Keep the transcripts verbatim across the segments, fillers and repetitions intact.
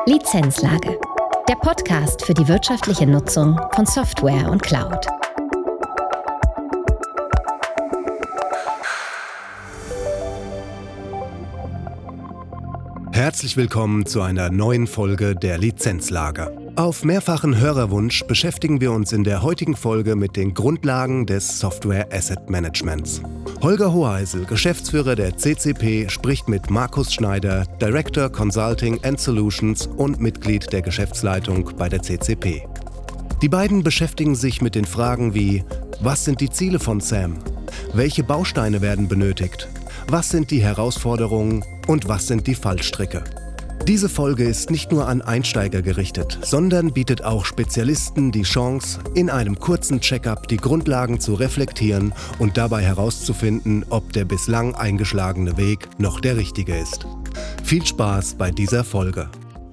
Lizenzlage. Der Podcast für die wirtschaftliche Nutzung von Software und Cloud. Herzlich willkommen zu einer neuen Folge der Lizenzlage. Auf mehrfachen Hörerwunsch beschäftigen wir uns in der heutigen Folge mit den Grundlagen des Software Asset Managements. Holger Hoheisel, Geschäftsführer der C C P, spricht mit Markus Schneider, Director Consulting and Solutions und Mitglied der Geschäftsleitung bei der C C P. Die beiden beschäftigen sich mit den Fragen wie: Was sind die Ziele von S A M? Welche Bausteine werden benötigt? Was sind die Herausforderungen und was sind die Fallstricke? Diese Folge ist nicht nur an Einsteiger gerichtet, sondern bietet auch Spezialisten die Chance, in einem kurzen Check-up die Grundlagen zu reflektieren und dabei herauszufinden, ob der bislang eingeschlagene Weg noch der richtige ist. Viel Spaß bei dieser Folge.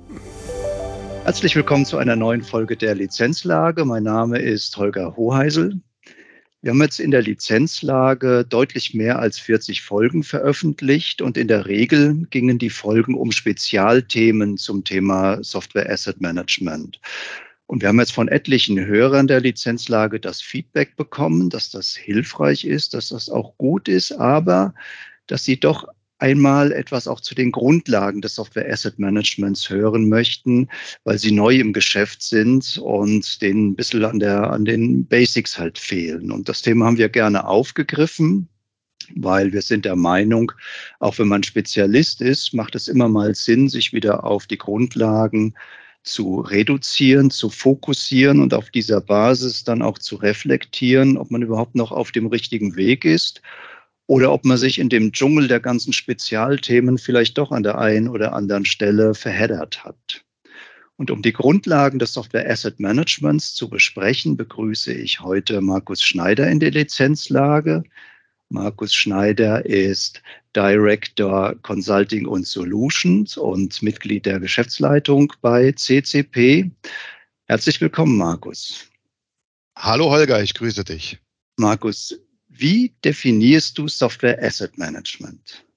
Herzlich willkommen zu einer neuen Folge der Lizenzlage. Mein Name ist Holger Hoheisel. Wir haben jetzt in der Lizenzlage deutlich mehr als vierzig Folgen veröffentlicht und in der Regel gingen die Folgen um Spezialthemen zum Thema Software Asset Management. Und wir haben jetzt von etlichen Hörern der Lizenzlage das Feedback bekommen, dass das hilfreich ist, dass das auch gut ist, aber dass sie doch einmal etwas auch zu den Grundlagen des Software Asset Managements hören möchten, weil sie neu im Geschäft sind und denen ein bisschen an der, an den Basics halt fehlen. Und das Thema haben wir gerne aufgegriffen, weil wir sind der Meinung, auch wenn man Spezialist ist, macht es immer mal Sinn, sich wieder auf die Grundlagen zu reduzieren, zu fokussieren und auf dieser Basis dann auch zu reflektieren, ob man überhaupt noch auf dem richtigen Weg ist. Oder ob man sich in dem Dschungel der ganzen Spezialthemen vielleicht doch an der einen oder anderen Stelle verheddert hat. Und um die Grundlagen des Software Asset Managements zu besprechen, begrüße ich heute Markus Schneider in der Lizenzlage. Markus Schneider ist Director Consulting und Solutions und Mitglied der Geschäftsleitung bei C C P. Herzlich willkommen, Markus. Hallo Holger, ich grüße dich. Markus, wie definierst du Software Asset Management?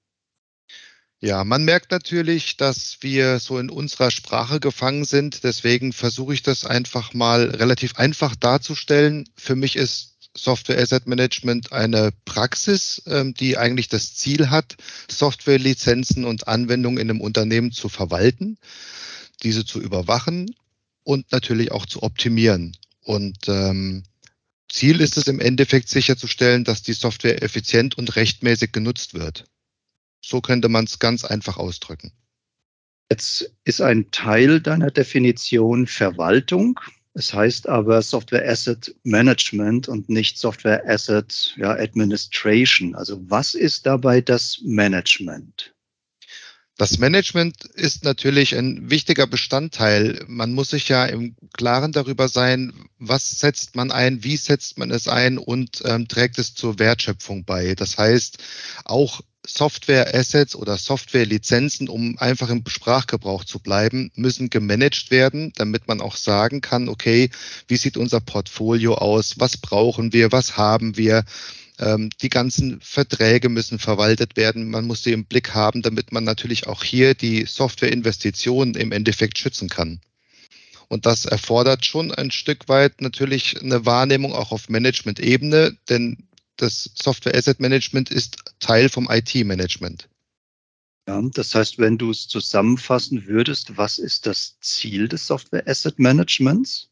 Ja, man merkt natürlich, dass wir so in unserer Sprache gefangen sind. Deswegen versuche ich das einfach mal relativ einfach darzustellen. Für mich ist Software Asset Management eine Praxis, die eigentlich das Ziel hat, Softwarelizenzen und Anwendungen in einem Unternehmen zu verwalten, diese zu überwachen und natürlich auch zu optimieren. Und ähm, Ziel ist es im Endeffekt sicherzustellen, dass die Software effizient und rechtmäßig genutzt wird. So könnte man es ganz einfach ausdrücken. Jetzt ist ein Teil deiner Definition Verwaltung. Es heißt aber Software Asset Management und nicht Software Asset ja, Administration. Also was ist dabei das Management? Das Management ist natürlich ein wichtiger Bestandteil. Man muss sich ja im Klaren darüber sein, was setzt man ein, wie setzt man es ein und ähm, trägt es zur Wertschöpfung bei. Das heißt, auch Software-Assets oder Software-Lizenzen, um einfach im Sprachgebrauch zu bleiben, müssen gemanagt werden, damit man auch sagen kann, okay, wie sieht unser Portfolio aus, was brauchen wir, was haben wir. Die ganzen Verträge müssen verwaltet werden. Man muss sie im Blick haben, damit man natürlich auch hier die Softwareinvestitionen im Endeffekt schützen kann. Und das erfordert schon ein Stück weit natürlich eine Wahrnehmung auch auf Management-Ebene, denn das Software Asset Management ist Teil vom I T-Management. Ja, das heißt, wenn du es zusammenfassen würdest, was ist das Ziel des Software Asset Managements?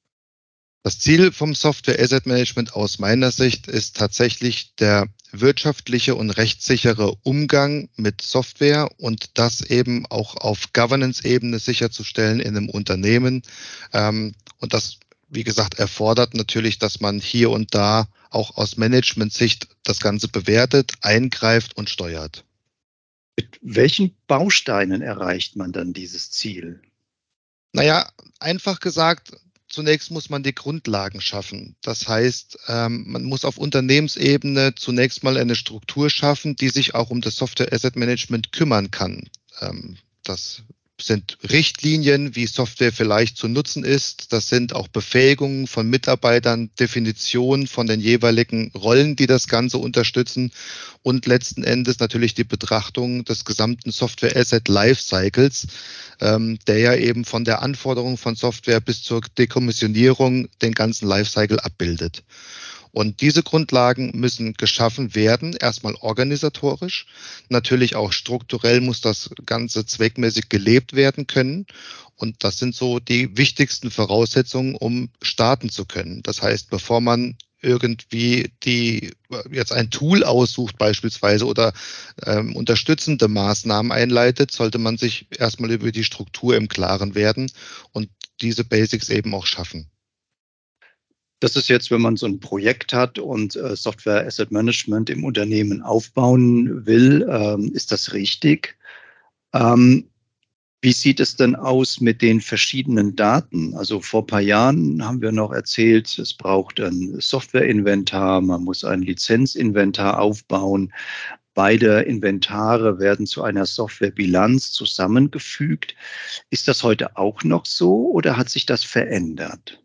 Das Ziel vom Software Asset Management aus meiner Sicht ist tatsächlich der wirtschaftliche und rechtssichere Umgang mit Software und das eben auch auf Governance-Ebene sicherzustellen in einem Unternehmen. Und das, wie gesagt, erfordert natürlich, dass man hier und da auch aus Management-Sicht das Ganze bewertet, eingreift und steuert. Mit welchen Bausteinen erreicht man dann dieses Ziel? Naja, einfach gesagt, zunächst muss man die Grundlagen schaffen. Das heißt, man muss auf Unternehmensebene zunächst mal eine Struktur schaffen, die sich auch um das Software Asset Management kümmern kann. Das sind Richtlinien, wie Software vielleicht zu nutzen ist. Das sind auch Befähigungen von Mitarbeitern, Definition von den jeweiligen Rollen, die das Ganze unterstützen und letzten Endes natürlich die Betrachtung des gesamten Software Asset Lifecycles, ähm, der ja eben von der Anforderung von Software bis zur Dekommissionierung den ganzen Lifecycle abbildet. Und diese Grundlagen müssen geschaffen werden, erstmal organisatorisch. Natürlich auch strukturell muss das Ganze zweckmäßig gelebt werden können. Und das sind so die wichtigsten Voraussetzungen, um starten zu können. Das heißt, bevor man irgendwie die jetzt ein Tool aussucht beispielsweise oder ähm, unterstützende Maßnahmen einleitet, sollte man sich erstmal über die Struktur im Klaren werden und diese Basics eben auch schaffen. Das ist jetzt, wenn man so ein Projekt hat und äh, Software Asset Management im Unternehmen aufbauen will, ähm, ist das richtig? Ähm, Wie sieht es denn aus mit den verschiedenen Daten? Also vor ein paar Jahren haben wir noch erzählt, es braucht ein Softwareinventar, man muss ein Lizenzinventar aufbauen. Beide Inventare werden zu einer Softwarebilanz zusammengefügt. Ist das heute auch noch so oder hat sich das verändert?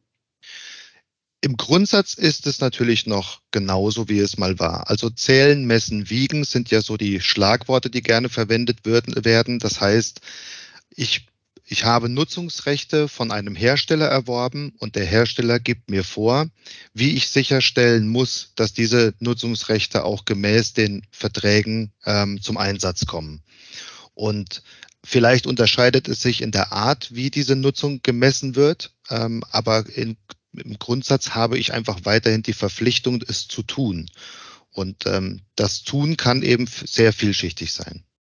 Im Grundsatz ist es natürlich noch genauso, wie es mal war. Also zählen, messen, wiegen sind ja so die Schlagworte, die gerne verwendet werden. Das heißt, ich, ich habe Nutzungsrechte von einem Hersteller erworben und der Hersteller gibt mir vor, wie ich sicherstellen muss, dass diese Nutzungsrechte auch gemäß den Verträgen ähm, zum Einsatz kommen. Und vielleicht unterscheidet es sich in der Art, wie diese Nutzung gemessen wird, ähm, aber in, im Grundsatz habe ich einfach weiterhin die Verpflichtung, es zu tun. Und ähm, das Tun kann eben sehr vielschichtig sein.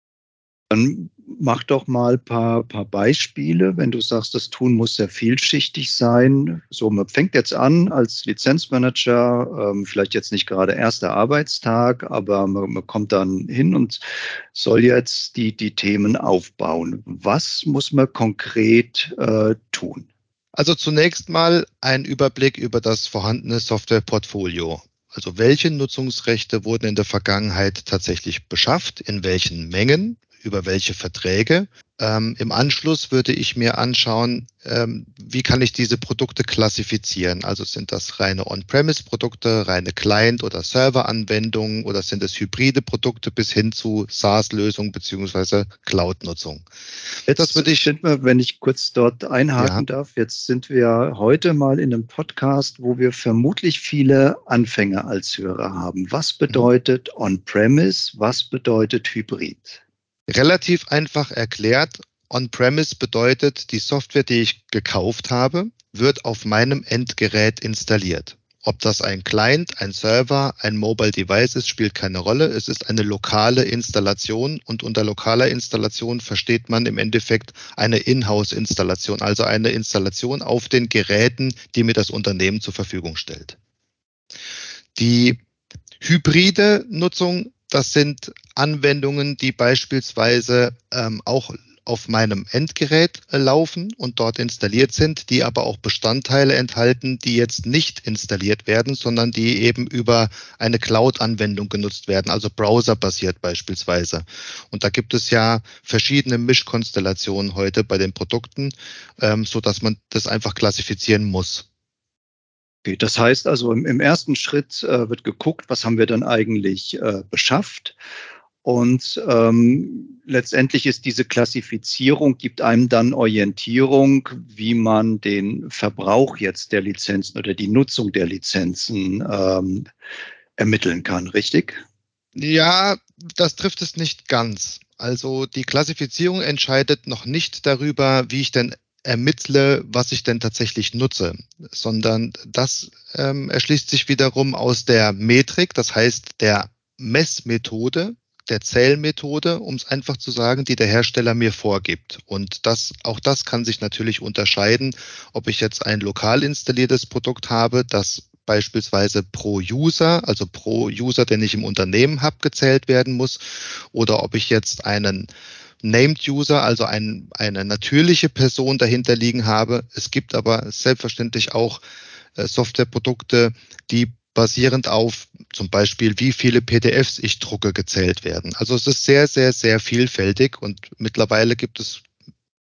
Dann mach doch mal ein paar, paar Beispiele, wenn du sagst, das Tun muss sehr vielschichtig sein. So, man fängt jetzt an als Lizenzmanager, ähm, vielleicht jetzt nicht gerade erster Arbeitstag, aber man, man kommt dann hin und soll jetzt die, die Themen aufbauen. Was muss man konkret äh, tun? Also zunächst mal ein Überblick über das vorhandene Softwareportfolio. Also welche Nutzungsrechte wurden in der Vergangenheit tatsächlich beschafft, in welchen Mengen, über welche Verträge. Ähm, im Anschluss würde ich mir anschauen, ähm, wie kann ich diese Produkte klassifizieren? Also sind das reine On-Premise-Produkte, reine Client- oder Server-Anwendungen oder sind es hybride Produkte bis hin zu SaaS-Lösungen beziehungsweise Cloud-Nutzung? Das Jetzt würde ich, sind wir, wenn ich kurz dort ja. einhaken darf, jetzt sind wir heute mal in einem Podcast, wo wir vermutlich viele Anfänger als Hörer haben. Was Mhm. bedeutet On-Premise? Was bedeutet Hybrid? Relativ einfach erklärt, On-Premise bedeutet, die Software, die ich gekauft habe, wird auf meinem Endgerät installiert. Ob das ein Client, ein Server, ein Mobile Device ist, spielt keine Rolle. Es ist eine lokale Installation und unter lokaler Installation versteht man im Endeffekt eine Inhouse-Installation, also eine Installation auf den Geräten, die mir das Unternehmen zur Verfügung stellt. Die hybride Nutzung, das sind Anwendungen, die beispielsweise ähm, auch auf meinem Endgerät äh, laufen und dort installiert sind, die aber auch Bestandteile enthalten, die jetzt nicht installiert werden, sondern die eben über eine Cloud-Anwendung genutzt werden, also browserbasiert beispielsweise. Und da gibt es ja verschiedene Mischkonstellationen heute bei den Produkten, ähm, sodass man das einfach klassifizieren muss. Okay, das heißt also, im, im ersten Schritt äh, wird geguckt, was haben wir dann eigentlich äh, beschafft. Und ähm, letztendlich ist diese Klassifizierung, gibt einem dann Orientierung, wie man den Verbrauch jetzt der Lizenzen oder die Nutzung der Lizenzen ähm, ermitteln kann, richtig? Ja, das trifft es nicht ganz. Also die Klassifizierung entscheidet noch nicht darüber, wie ich denn ermittle, was ich denn tatsächlich nutze, sondern das ähm, erschließt sich wiederum aus der Metrik, das heißt der Messmethode, der Zählmethode, um es einfach zu sagen, die der Hersteller mir vorgibt. Und das, auch das kann sich natürlich unterscheiden, ob ich jetzt ein lokal installiertes Produkt habe, das beispielsweise pro User, also pro User, den ich im Unternehmen habe, gezählt werden muss, oder ob ich jetzt einen Named User, also ein, eine natürliche Person dahinter liegen habe. Es gibt aber selbstverständlich auch äh, Softwareprodukte, die basierend auf zum Beispiel, wie viele P D Fs ich drucke, gezählt werden. Also es ist sehr, sehr, sehr vielfältig und mittlerweile gibt es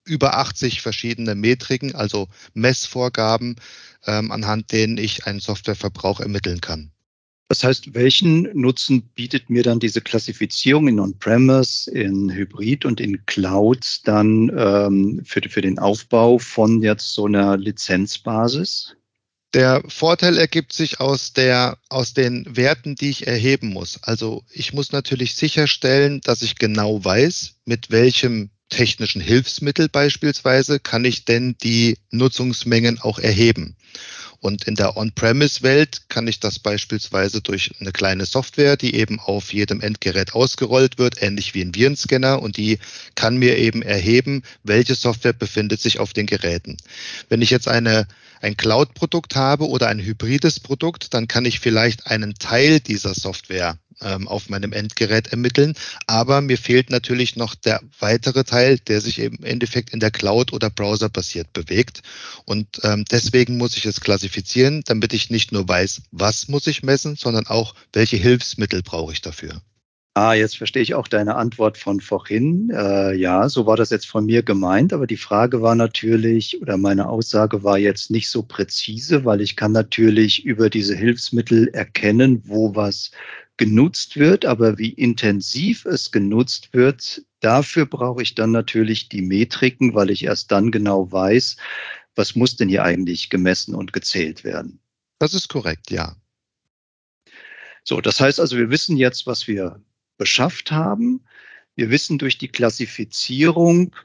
über achtzig verschiedene Metriken, also Messvorgaben, ähm, anhand denen ich einen Softwareverbrauch ermitteln kann. Das heißt, welchen Nutzen bietet mir dann diese Klassifizierung in On-Premise, in Hybrid und in Cloud dann ähm, für, für den Aufbau von jetzt so einer Lizenzbasis? Der Vorteil ergibt sich aus der, aus den Werten, die ich erheben muss. Also ich muss natürlich sicherstellen, dass ich genau weiß, mit welchem technischen Hilfsmittel beispielsweise kann ich denn die Nutzungsmengen auch erheben. Und in der On-Premise-Welt kann ich das beispielsweise durch eine kleine Software, die eben auf jedem Endgerät ausgerollt wird, ähnlich wie ein Virenscanner, und die kann mir eben erheben, welche Software befindet sich auf den Geräten. Wenn ich jetzt eine, ein Cloud-Produkt habe oder ein hybrides Produkt, dann kann ich vielleicht einen Teil dieser Software ähm, auf meinem Endgerät ermitteln, aber mir fehlt natürlich noch der weitere Teil, der sich eben im Endeffekt in der Cloud oder browserbasiert bewegt. Und ähm, deswegen muss ich es klassifizieren, damit ich nicht nur weiß, was muss ich messen, sondern auch, welche Hilfsmittel brauche ich dafür. Ah, jetzt verstehe ich auch deine Antwort von vorhin. Äh, ja, so war das jetzt von mir gemeint, aber die Frage war natürlich, oder meine Aussage war jetzt nicht so präzise, weil ich kann natürlich über diese Hilfsmittel erkennen, wo was genutzt wird, aber wie intensiv es genutzt wird, dafür brauche ich dann natürlich die Metriken, weil ich erst dann genau weiß, was muss denn hier eigentlich gemessen und gezählt werden. Das ist korrekt, ja. So, das heißt also, wir wissen jetzt, was wir beschafft haben. Wir wissen durch die Klassifizierung,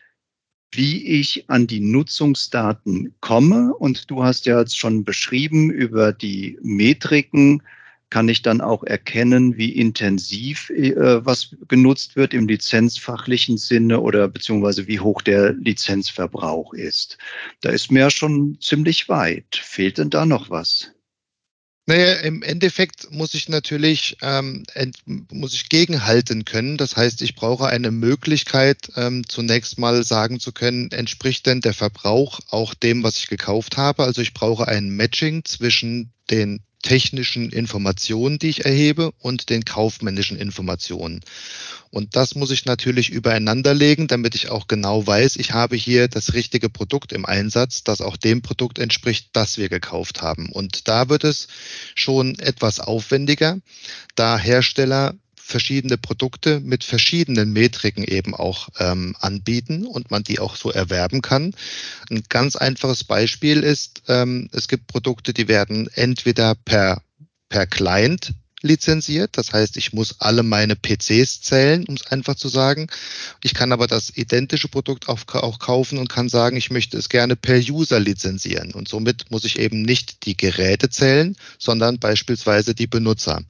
wie ich an die Nutzungsdaten komme. Und du hast ja jetzt schon beschrieben, über die Metriken kann ich dann auch erkennen, wie intensiv äh, was genutzt wird im lizenzfachlichen Sinne oder beziehungsweise wie hoch der Lizenzverbrauch ist. Da ist mir ja schon ziemlich weit. Fehlt denn da noch was? Naja, im Endeffekt muss ich natürlich ähm, ent, muss ich gegenhalten können. Das heißt, ich brauche eine Möglichkeit, ähm, zunächst mal sagen zu können, entspricht denn der Verbrauch auch dem, was ich gekauft habe? Also ich brauche ein Matching zwischen den technischen Informationen, die ich erhebe, und den kaufmännischen Informationen. Und das muss ich natürlich übereinander legen, damit ich auch genau weiß, ich habe hier das richtige Produkt im Einsatz, das auch dem Produkt entspricht, das wir gekauft haben. Und da wird es schon etwas aufwendiger, da Hersteller verschiedene Produkte mit verschiedenen Metriken eben auch ähm, anbieten und man die auch so erwerben kann. Ein ganz einfaches Beispiel ist, ähm, es gibt Produkte, die werden entweder per, per Client lizenziert. Das heißt, ich muss alle meine P Cs zählen, um es einfach zu sagen. Ich kann aber das identische Produkt auch, auch kaufen und kann sagen, ich möchte es gerne per User lizenzieren. Und somit muss ich eben nicht die Geräte zählen, sondern beispielsweise die Benutzer.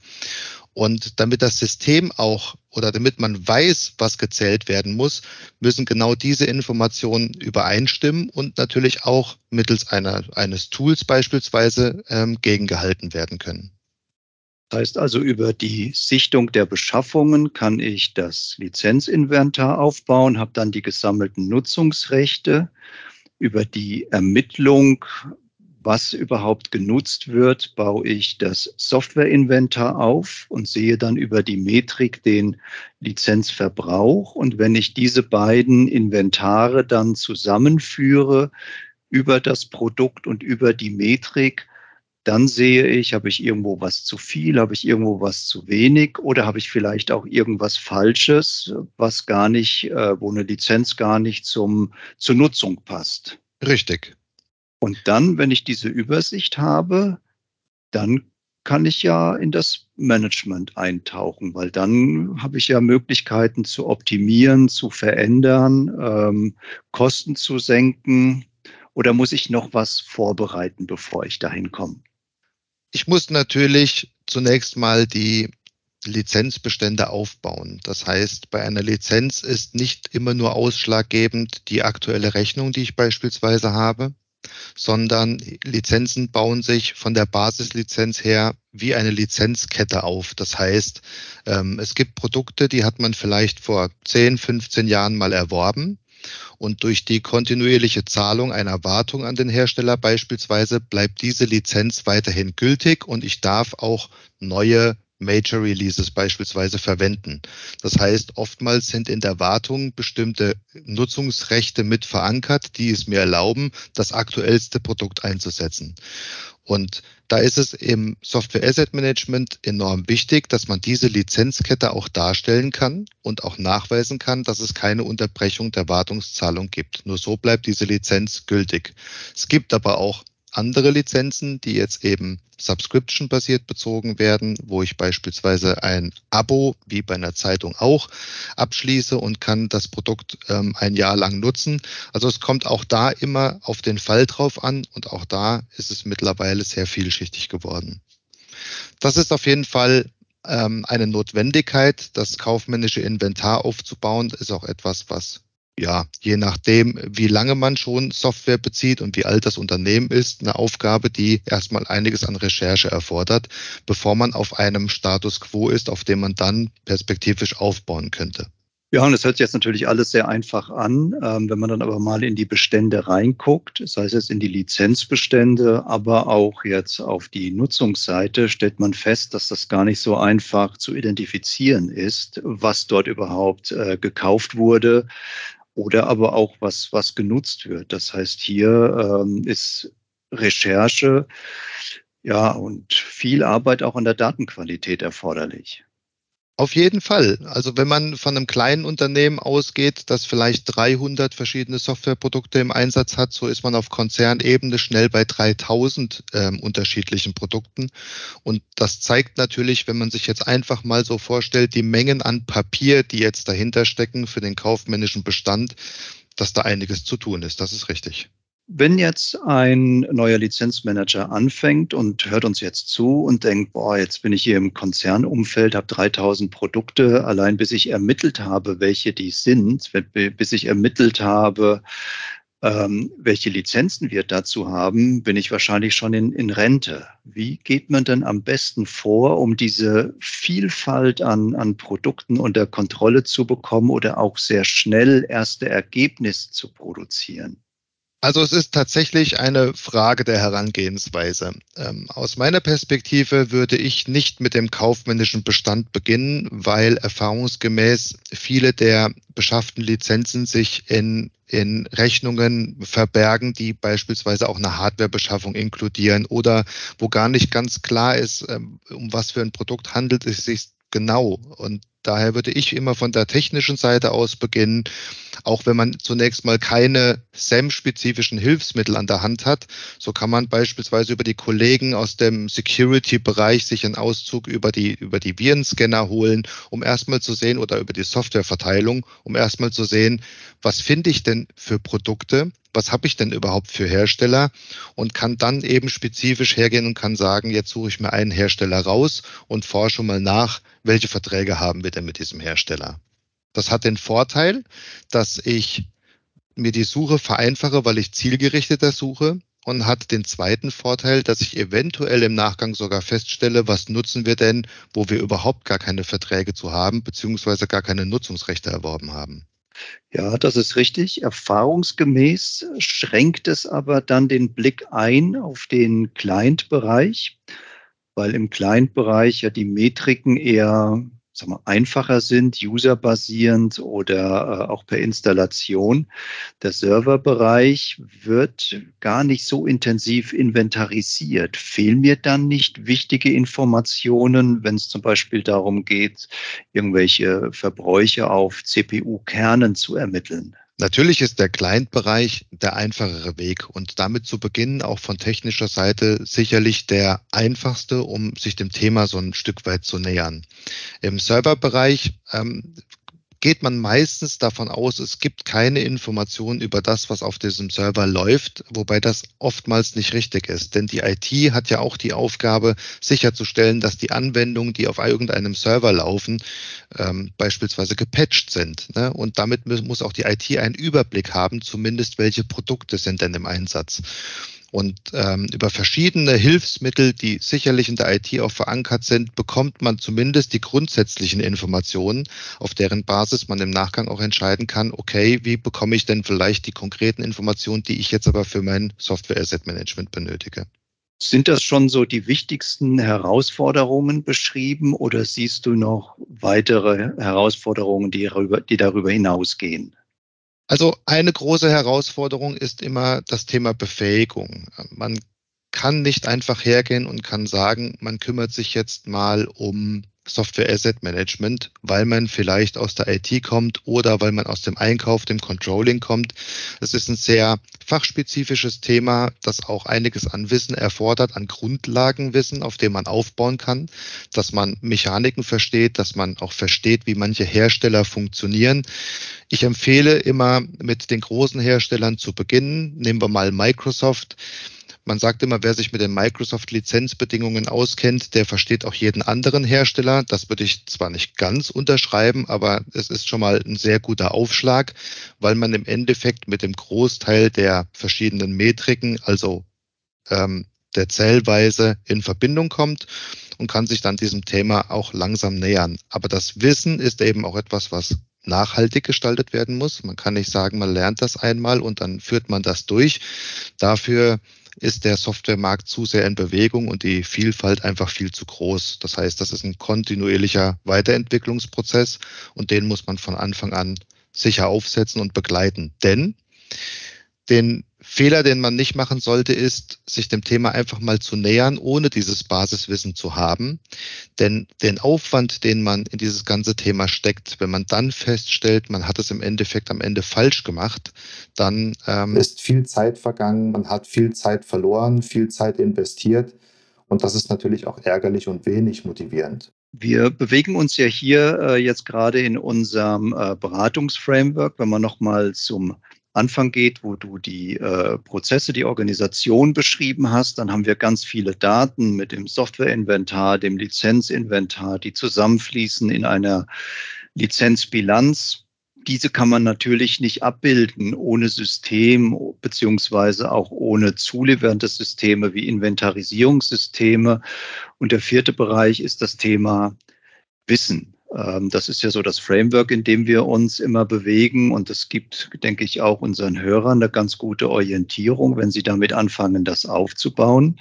Und damit das System auch oder damit man weiß, was gezählt werden muss, müssen genau diese Informationen übereinstimmen und natürlich auch mittels einer, eines Tools beispielsweise ähm, gegengehalten werden können. Das heißt also, über die Sichtung der Beschaffungen kann ich das Lizenzinventar aufbauen, habe dann die gesammelten Nutzungsrechte. Über die Ermittlung, was überhaupt genutzt wird, baue ich das Softwareinventar auf und sehe dann über die Metrik den Lizenzverbrauch. Und wenn ich diese beiden Inventare dann zusammenführe über das Produkt und über die Metrik, dann sehe ich, habe ich irgendwo was zu viel, habe ich irgendwo was zu wenig oder habe ich vielleicht auch irgendwas Falsches, was gar nicht, äh, wo eine Lizenz gar nicht zum, zur Nutzung passt. Richtig. Und dann, wenn ich diese Übersicht habe, dann kann ich ja in das Management eintauchen, weil dann habe ich ja Möglichkeiten zu optimieren, zu verändern, ähm, Kosten zu senken. Oder muss ich noch was vorbereiten, bevor ich dahin komme? Ich muss natürlich zunächst mal die Lizenzbestände aufbauen. Das heißt, bei einer Lizenz ist nicht immer nur ausschlaggebend die aktuelle Rechnung, die ich beispielsweise habe, sondern Lizenzen bauen sich von der Basislizenz her wie eine Lizenzkette auf. Das heißt, ähm, es gibt Produkte, die hat man vielleicht vor zehn, fünfzehn Jahren mal erworben. Und durch die kontinuierliche Zahlung einer Wartung an den Hersteller beispielsweise bleibt diese Lizenz weiterhin gültig und ich darf auch neue Major Releases beispielsweise verwenden. Das heißt, oftmals sind in der Wartung bestimmte Nutzungsrechte mit verankert, die es mir erlauben, das aktuellste Produkt einzusetzen. Und da ist es im Software Asset Management enorm wichtig, dass man diese Lizenzkette auch darstellen kann und auch nachweisen kann, dass es keine Unterbrechung der Wartungszahlung gibt. Nur so bleibt diese Lizenz gültig. Es gibt aber auch andere Lizenzen, die jetzt eben subscription-basiert bezogen werden, wo ich beispielsweise ein Abo, wie bei einer Zeitung auch, abschließe und kann das Produkt ähm, ein Jahr lang nutzen. Also es kommt auch da immer auf den Fall drauf an und auch da ist es mittlerweile sehr vielschichtig geworden. Das ist auf jeden Fall ähm, eine Notwendigkeit, das kaufmännische Inventar aufzubauen, ist auch etwas, was ja, je nachdem, wie lange man schon Software bezieht und wie alt das Unternehmen ist, eine Aufgabe, die erstmal einiges an Recherche erfordert, bevor man auf einem Status quo ist, auf dem man dann perspektivisch aufbauen könnte. Ja, und das hört sich jetzt natürlich alles sehr einfach an. Ähm, wenn man dann aber mal in die Bestände reinguckt, sei es jetzt in die Lizenzbestände, aber auch jetzt auf die Nutzungsseite, stellt man fest, dass das gar nicht so einfach zu identifizieren ist, was dort überhaupt äh, gekauft wurde oder aber auch was, was genutzt wird. Das heißt, hier ähm, ist Recherche, ja, und viel Arbeit auch an der Datenqualität erforderlich. Auf jeden Fall. Also wenn man von einem kleinen Unternehmen ausgeht, das vielleicht dreihundert verschiedene Softwareprodukte im Einsatz hat, so ist man auf Konzernebene schnell bei dreitausend ähm, unterschiedlichen Produkten. Und das zeigt natürlich, wenn man sich jetzt einfach mal so vorstellt, die Mengen an Papier, die jetzt dahinter stecken für den kaufmännischen Bestand, dass da einiges zu tun ist. Das ist richtig. Wenn jetzt ein neuer Lizenzmanager anfängt und hört uns jetzt zu und denkt, boah, jetzt bin ich hier im Konzernumfeld, habe dreitausend Produkte, allein bis ich ermittelt habe, welche die sind, bis ich ermittelt habe, ähm, welche Lizenzen wir dazu haben, bin ich wahrscheinlich schon in, in Rente. Wie geht man denn am besten vor, um diese Vielfalt an, an Produkten unter Kontrolle zu bekommen oder auch sehr schnell erste Ergebnisse zu produzieren? Also es ist tatsächlich eine Frage der Herangehensweise. Ähm, aus meiner Perspektive würde ich nicht mit dem kaufmännischen Bestand beginnen, weil erfahrungsgemäß viele der beschafften Lizenzen sich in, in Rechnungen verbergen, die beispielsweise auch eine Hardwarebeschaffung inkludieren oder wo gar nicht ganz klar ist, ähm, um was für ein Produkt handelt es sich genau. Und daher würde ich immer von der technischen Seite aus beginnen, auch wenn man zunächst mal keine S A M-spezifischen Hilfsmittel an der Hand hat, so kann man beispielsweise über die Kollegen aus dem Security-Bereich sich einen Auszug über die, über die Virenscanner holen, um erstmal zu sehen, oder über die Softwareverteilung, um erstmal zu sehen, was finde ich denn für Produkte, was habe ich denn überhaupt für Hersteller und kann dann eben spezifisch hergehen und kann sagen, jetzt suche ich mir einen Hersteller raus und forsche mal nach, welche Verträge haben wir denn mit diesem Hersteller. Das hat den Vorteil, dass ich mir die Suche vereinfache, weil ich zielgerichteter suche, und hat den zweiten Vorteil, dass ich eventuell im Nachgang sogar feststelle, was nutzen wir denn, wo wir überhaupt gar keine Verträge zu haben, beziehungsweise gar keine Nutzungsrechte erworben haben. Ja, das ist richtig. Erfahrungsgemäß schränkt es aber dann den Blick ein auf den Client-Bereich, weil im Client-Bereich ja die Metriken eher, sagen wir, einfacher sind, userbasierend oder äh, auch per Installation. Der Serverbereich wird gar nicht so intensiv inventarisiert. Fehlen mir dann nicht wichtige Informationen, wenn es zum Beispiel darum geht, irgendwelche Verbräuche auf C P U-Kernen zu ermitteln? Natürlich ist der Client-Bereich der einfachere Weg und damit zu beginnen auch von technischer Seite sicherlich der einfachste, um sich dem Thema so ein Stück weit zu nähern. Im Serverbereich ähm, geht man meistens davon aus, es gibt keine Informationen über das, was auf diesem Server läuft, wobei das oftmals nicht richtig ist. Denn die I T hat ja auch die Aufgabe, sicherzustellen, dass die Anwendungen, die auf irgendeinem Server laufen, ähm, beispielsweise gepatcht sind. Ne? Und damit muss auch die I T einen Überblick haben, zumindest welche Produkte sind denn im Einsatz. Und ähm, über verschiedene Hilfsmittel, die sicherlich in der I T auch verankert sind, bekommt man zumindest die grundsätzlichen Informationen, auf deren Basis man im Nachgang auch entscheiden kann, okay, wie bekomme ich denn vielleicht die konkreten Informationen, die ich jetzt aber für mein Software Asset Management benötige. Sind das schon so die wichtigsten Herausforderungen beschrieben oder siehst du noch weitere Herausforderungen, die darüber, die darüber hinausgehen? Also eine große Herausforderung ist immer das Thema Befähigung. Man kann nicht einfach hergehen und kann sagen, man kümmert sich jetzt mal um Software Asset Management, weil man vielleicht aus der I T kommt oder weil man aus dem Einkauf, dem Controlling kommt. Es ist ein sehr fachspezifisches Thema, das auch einiges an Wissen erfordert, an Grundlagenwissen, auf dem man aufbauen kann, dass man Mechaniken versteht, dass man auch versteht, wie manche Hersteller funktionieren. Ich empfehle immer, mit den großen Herstellern zu beginnen. Nehmen wir mal Microsoft. Man sagt immer, wer sich mit den Microsoft-Lizenzbedingungen auskennt, der versteht auch jeden anderen Hersteller. Das würde ich zwar nicht ganz unterschreiben, aber es ist schon mal ein sehr guter Aufschlag, weil man im Endeffekt mit dem Großteil der verschiedenen Metriken, also ähm, der Zählweise, in Verbindung kommt und kann sich dann diesem Thema auch langsam nähern. Aber das Wissen ist eben auch etwas, was nachhaltig gestaltet werden muss. Man kann nicht sagen, man lernt das einmal und dann führt man das durch. Dafür ist der Softwaremarkt zu sehr in Bewegung und die Vielfalt einfach viel zu groß. Das heißt, das ist ein kontinuierlicher Weiterentwicklungsprozess und den muss man von Anfang an sicher aufsetzen und begleiten. Denn den Fehler, den man nicht machen sollte, ist, sich dem Thema einfach mal zu nähern, ohne dieses Basiswissen zu haben. Denn den Aufwand, den man in dieses ganze Thema steckt, wenn man dann feststellt, man hat es im Endeffekt am Ende falsch gemacht, dann ähm, ist viel Zeit vergangen, man hat viel Zeit verloren, viel Zeit investiert und das ist natürlich auch ärgerlich und wenig motivierend. Wir bewegen uns ja hier äh, jetzt gerade in unserem äh, Beratungsframework, wenn man nochmal zum Anfang geht, wo du die äh, Prozesse, die Organisation beschrieben hast, dann haben wir ganz viele Daten mit dem Softwareinventar, dem Lizenzinventar, die zusammenfließen in einer Lizenzbilanz. Diese kann man natürlich nicht abbilden ohne System beziehungsweise auch ohne zuliefernde Systeme wie Inventarisierungssysteme. Und der vierte Bereich ist das Thema Wissen. Ähm, Das ist ja so das Framework, in dem wir uns immer bewegen. Und es gibt, denke ich, auch unseren Hörern eine ganz gute Orientierung, wenn sie damit anfangen, das aufzubauen.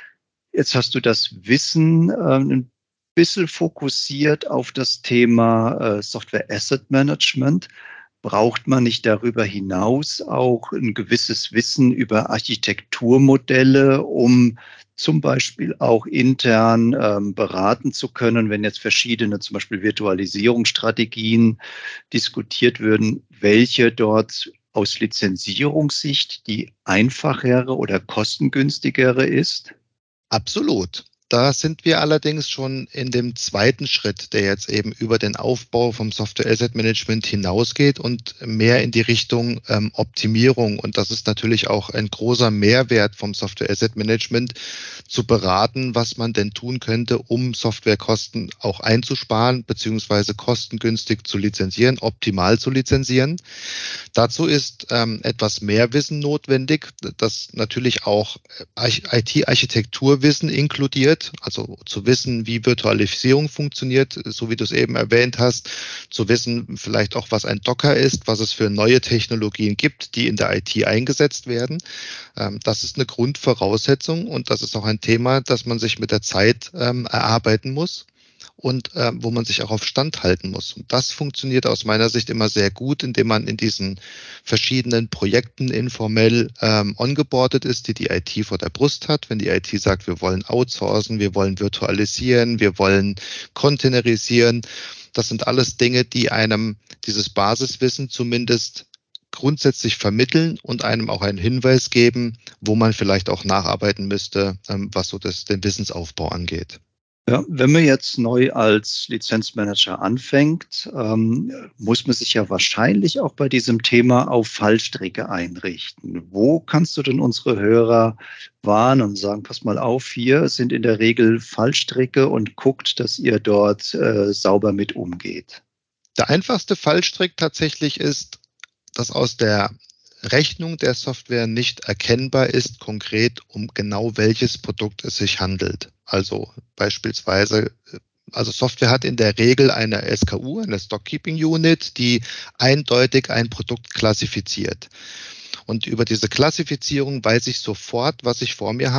Jetzt hast du das Wissen ähm, ein bisschen fokussiert auf das Thema äh, Software Asset Management. Braucht man nicht darüber hinaus auch ein gewisses Wissen über Architekturmodelle, um zum Beispiel auch intern ähm, beraten zu können, wenn jetzt verschiedene, zum Beispiel Virtualisierungsstrategien diskutiert würden, welche dort aus Lizenzierungssicht die einfachere oder kostengünstigere ist? absolut. Da sind wir allerdings schon in dem zweiten Schritt, der jetzt eben über den Aufbau vom Software Asset Management hinausgeht und mehr in die Richtung ähm, Optimierung. Und das ist natürlich auch ein großer Mehrwert vom Software Asset Management, zu beraten, was man denn tun könnte, um Softwarekosten auch einzusparen, beziehungsweise kostengünstig zu lizenzieren, optimal zu lizenzieren. Dazu ist ähm, etwas mehr Wissen notwendig, das natürlich auch I T-Architekturwissen inkludiert, also zu wissen, wie Virtualisierung funktioniert, so wie du es eben erwähnt hast, zu wissen vielleicht auch, was ein Docker ist, was es für neue Technologien gibt, die in der I T eingesetzt werden. Ähm, das ist eine Grundvoraussetzung und das ist auch ein Thema, das man sich mit der Zeit ähm, erarbeiten muss und äh, wo man sich auch auf Stand halten muss. Und das funktioniert aus meiner Sicht immer sehr gut, indem man in diesen verschiedenen Projekten informell ähm, ongeboardet ist, die die I T vor der Brust hat. Wenn die I T sagt, wir wollen outsourcen, wir wollen virtualisieren, wir wollen containerisieren, das sind alles Dinge, die einem dieses Basiswissen zumindest grundsätzlich vermitteln und einem auch einen Hinweis geben, wo man vielleicht auch nacharbeiten müsste, ähm, was so das, den Wissensaufbau angeht. Ja, wenn man jetzt neu als Lizenzmanager anfängt, ähm, muss man sich ja wahrscheinlich auch bei diesem Thema auf Fallstricke einrichten. Wo kannst du denn unsere Hörer warnen und sagen, pass mal auf, hier sind in der Regel Fallstricke und guckt, dass ihr dort äh, sauber mit umgeht? Der einfachste Fallstrick tatsächlich ist, dass aus der Rechnung der Software nicht erkennbar ist, konkret um genau welches Produkt es sich handelt. Also beispielsweise, also Software hat in der Regel eine S K U, eine Stock Keeping Unit, die eindeutig ein Produkt klassifiziert. Und über diese Klassifizierung weiß ich sofort, was ich vor mir habe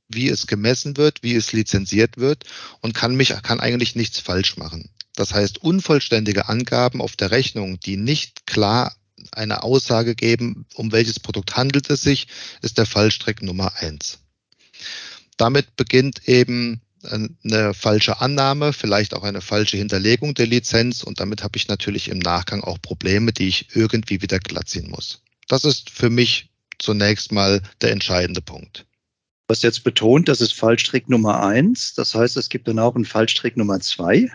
wie es gemessen wird, wie es lizenziert wird und kann mich, kann eigentlich nichts falsch machen. Das heißt, unvollständige Angaben auf der Rechnung, die nicht klar eine Aussage geben, um welches Produkt handelt es sich, ist der Fallstrick Nummer eins. Damit beginnt eben eine falsche Annahme, vielleicht auch eine falsche Hinterlegung der Lizenz und damit habe ich natürlich im Nachgang auch Probleme, die ich irgendwie wieder glattziehen muss. Das ist für mich zunächst mal der entscheidende Punkt. Du hast jetzt betont, das ist Fallstrick Nummer eins. Das heißt, es gibt dann auch einen Fallstrick Nummer zwei.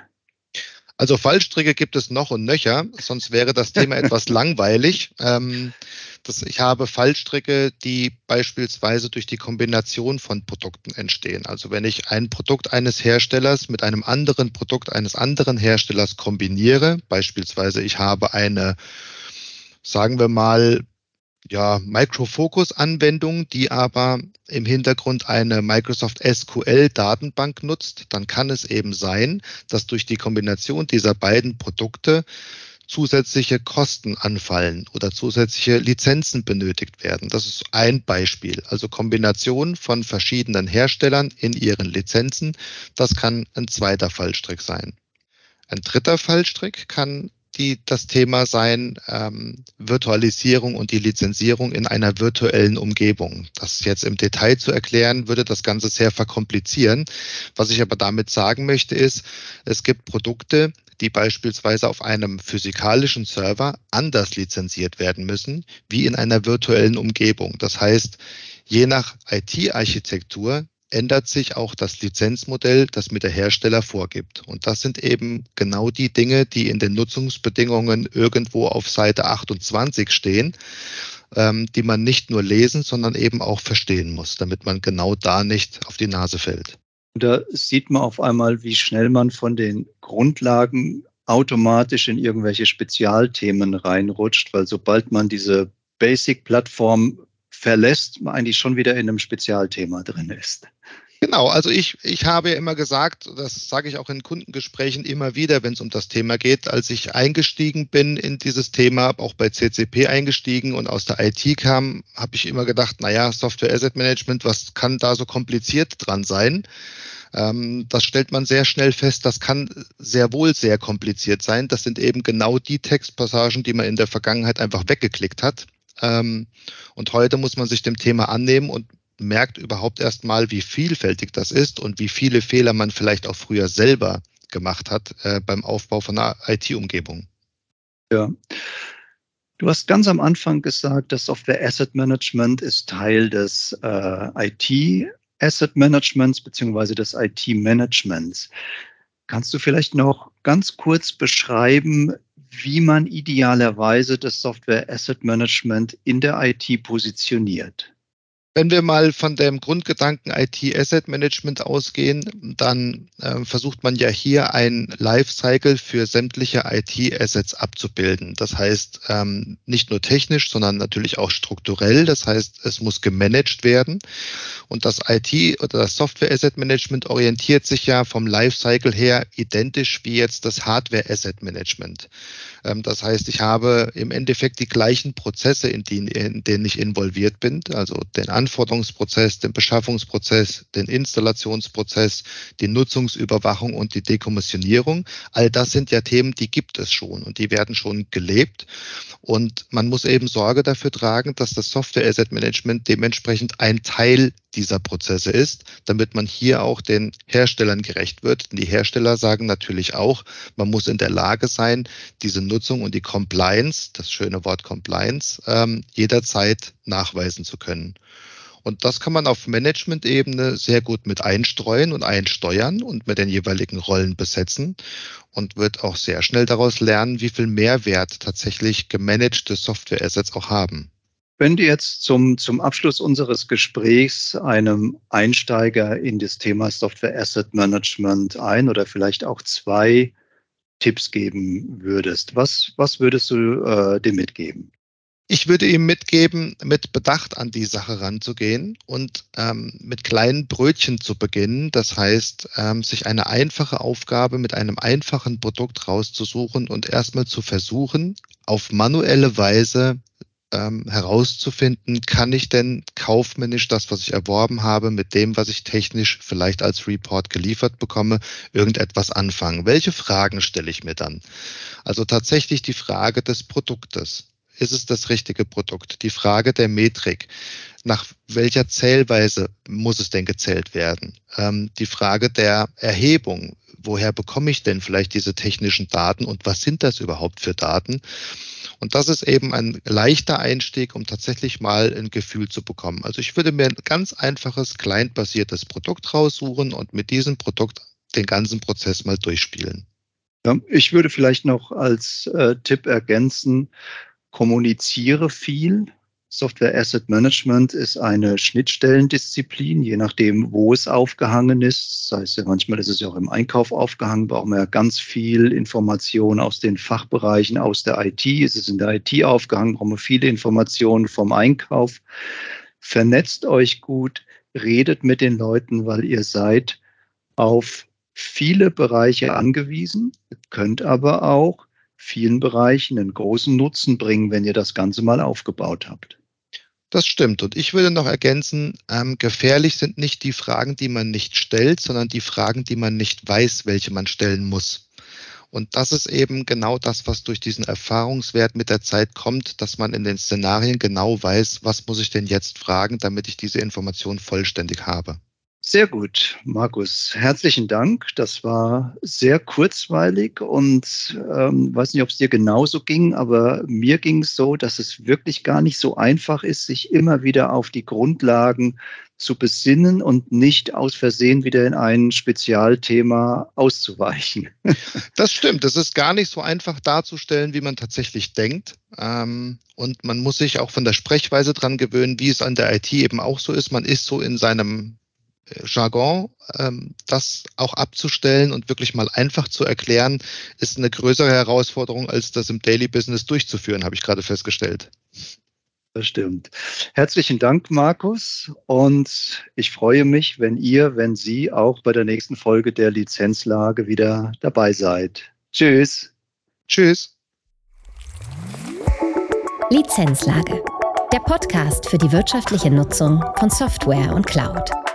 Also Fallstricke gibt es noch und nöcher, sonst wäre das Thema etwas langweilig. Ähm, das, ich habe Fallstricke, die beispielsweise durch die Kombination von Produkten entstehen. Also wenn ich ein Produkt eines Herstellers mit einem anderen Produkt eines anderen Herstellers kombiniere, beispielsweise ich habe eine, sagen wir mal, ja, Micro-Focus-Anwendung, die aber im Hintergrund eine Microsoft S Q L-Datenbank nutzt, dann kann es eben sein, dass durch die Kombination dieser beiden Produkte zusätzliche Kosten anfallen oder zusätzliche Lizenzen benötigt werden. Das ist ein Beispiel. Also Kombination von verschiedenen Herstellern in ihren Lizenzen, das kann ein zweiter Fallstrick sein. Ein dritter Fallstrick kann die, das Thema sein, ähm, Virtualisierung und die Lizenzierung in einer virtuellen Umgebung. Das jetzt im Detail zu erklären, würde das Ganze sehr verkomplizieren. Was ich aber damit sagen möchte, ist, es gibt Produkte, die beispielsweise auf einem physikalischen Server anders lizenziert werden müssen, wie in einer virtuellen Umgebung. Das heißt, je nach I T-Architektur ändert sich auch das Lizenzmodell, das mir der Hersteller vorgibt. Und das sind eben genau die Dinge, die in den Nutzungsbedingungen irgendwo auf Seite achtundzwanzig stehen, ähm, die man nicht nur lesen, sondern eben auch verstehen muss, damit man genau da nicht auf die Nase fällt. Da sieht man auf einmal, wie schnell man von den Grundlagen automatisch in irgendwelche Spezialthemen reinrutscht, weil sobald man diese Basic-Plattform verlässt, man eigentlich schon wieder in einem Spezialthema drin ist. Genau, also ich, ich habe ja immer gesagt, das sage ich auch in Kundengesprächen immer wieder, wenn es um das Thema geht, als ich eingestiegen bin in dieses Thema, auch bei C C P eingestiegen und aus der I T kam, habe ich immer gedacht, naja, Software Asset Management, was kann da so kompliziert dran sein? Ähm, das stellt man sehr schnell fest, das kann sehr wohl sehr kompliziert sein. Das sind eben genau die Textpassagen, die man in der Vergangenheit einfach weggeklickt hat. Ähm, und heute muss man sich dem Thema annehmen und merkt überhaupt erst mal, wie vielfältig das ist und wie viele Fehler man vielleicht auch früher selber gemacht hat äh, beim Aufbau von einer I T-Umgebung. Ja. Du hast ganz am Anfang gesagt, das Software Asset Management ist Teil des äh, I T Asset Managements beziehungsweise des I T-Managements. Kannst du vielleicht noch ganz kurz beschreiben, wie man idealerweise das Software Asset Management in der I T positioniert? Wenn wir mal von dem Grundgedanken I T Asset Management ausgehen, dann äh, versucht man ja hier ein Lifecycle für sämtliche I T Assets abzubilden. Das heißt, ähm, nicht nur technisch, sondern natürlich auch strukturell. Das heißt, es muss gemanagt werden. Und das I T oder das Software Asset Management orientiert sich ja vom Lifecycle her identisch wie jetzt das Hardware Asset Management. Ähm, das heißt, ich habe im Endeffekt die gleichen Prozesse, in, die, in denen ich involviert bin, also den Anforderungsprozess, den Beschaffungsprozess, den Installationsprozess, die Nutzungsüberwachung und die Dekommissionierung. All das sind ja Themen, die gibt es schon und die werden schon gelebt. Und man muss eben Sorge dafür tragen, dass das Software Asset Management dementsprechend ein Teil dieser Prozesse ist, damit man hier auch den Herstellern gerecht wird. Denn die Hersteller sagen natürlich auch, man muss in der Lage sein, diese Nutzung und die Compliance, das schöne Wort Compliance, ähm, jederzeit nachweisen zu können. Und das kann man auf Management-Ebene sehr gut mit einstreuen und einsteuern und mit den jeweiligen Rollen besetzen und wird auch sehr schnell daraus lernen, wie viel Mehrwert tatsächlich gemanagte Software-Assets auch haben. Wenn du jetzt zum, zum Abschluss unseres Gesprächs einem Einsteiger in das Thema Software Asset Management ein oder vielleicht auch zwei Tipps geben würdest, was, was würdest du äh, dem mitgeben? Ich würde ihm mitgeben, mit Bedacht an die Sache ranzugehen und ähm, mit kleinen Brötchen zu beginnen. Das heißt, ähm, sich eine einfache Aufgabe mit einem einfachen Produkt rauszusuchen und erstmal zu versuchen, auf manuelle Weise ähm, herauszufinden, kann ich denn kaufmännisch das, was ich erworben habe, mit dem, was ich technisch vielleicht als Report geliefert bekomme, irgendetwas anfangen? Welche Fragen stelle ich mir dann? Also tatsächlich die Frage des Produktes. Ist es das richtige Produkt? Die Frage der Metrik. Nach welcher Zählweise muss es denn gezählt werden? Ähm, die Frage der Erhebung. Woher bekomme ich denn vielleicht diese technischen Daten und was sind das überhaupt für Daten? Und das ist eben ein leichter Einstieg, um tatsächlich mal ein Gefühl zu bekommen. Also ich würde mir ein ganz einfaches, clientbasiertes Produkt raussuchen und mit diesem Produkt den ganzen Prozess mal durchspielen. Ja, ich würde vielleicht noch als äh, Tipp ergänzen, kommuniziere viel. Software Asset Management ist eine Schnittstellendisziplin, je nachdem, wo es aufgehangen ist. Das heißt ja, manchmal ist es ja auch im Einkauf aufgehangen, brauchen wir ja ganz viel Information aus den Fachbereichen, aus der I T. Ist es in der I T aufgehangen, brauchen wir viele Informationen vom Einkauf. Vernetzt euch gut, redet mit den Leuten, weil ihr seid auf viele Bereiche angewiesen. Ihr könnt aber auch vielen Bereichen einen großen Nutzen bringen, wenn ihr das Ganze mal aufgebaut habt. Das stimmt. Und ich würde noch ergänzen, ähm, gefährlich sind nicht die Fragen, die man nicht stellt, sondern die Fragen, die man nicht weiß, welche man stellen muss. Und das ist eben genau das, was durch diesen Erfahrungswert mit der Zeit kommt, dass man in den Szenarien genau weiß, was muss ich denn jetzt fragen, damit ich diese Information vollständig habe. Sehr gut, Markus. Herzlichen Dank. Das war sehr kurzweilig und ähm, weiß nicht, ob es dir genauso ging, aber mir ging es so, dass es wirklich gar nicht so einfach ist, sich immer wieder auf die Grundlagen zu besinnen und nicht aus Versehen wieder in ein Spezialthema auszuweichen. Das stimmt. Es ist gar nicht so einfach darzustellen, wie man tatsächlich denkt. Ähm, und man muss sich auch von der Sprechweise dran gewöhnen, wie es an der I T eben auch so ist. Man ist so in seinem Jargon, ähm, das auch abzustellen und wirklich mal einfach zu erklären, ist eine größere Herausforderung, als das im Daily Business durchzuführen, habe ich gerade festgestellt. Das stimmt. Herzlichen Dank, Markus. Und ich freue mich, wenn ihr, wenn Sie auch bei der nächsten Folge der Lizenzlage wieder dabei seid. Tschüss. Tschüss. Lizenzlage. Der Podcast für die wirtschaftliche Nutzung von Software und Cloud.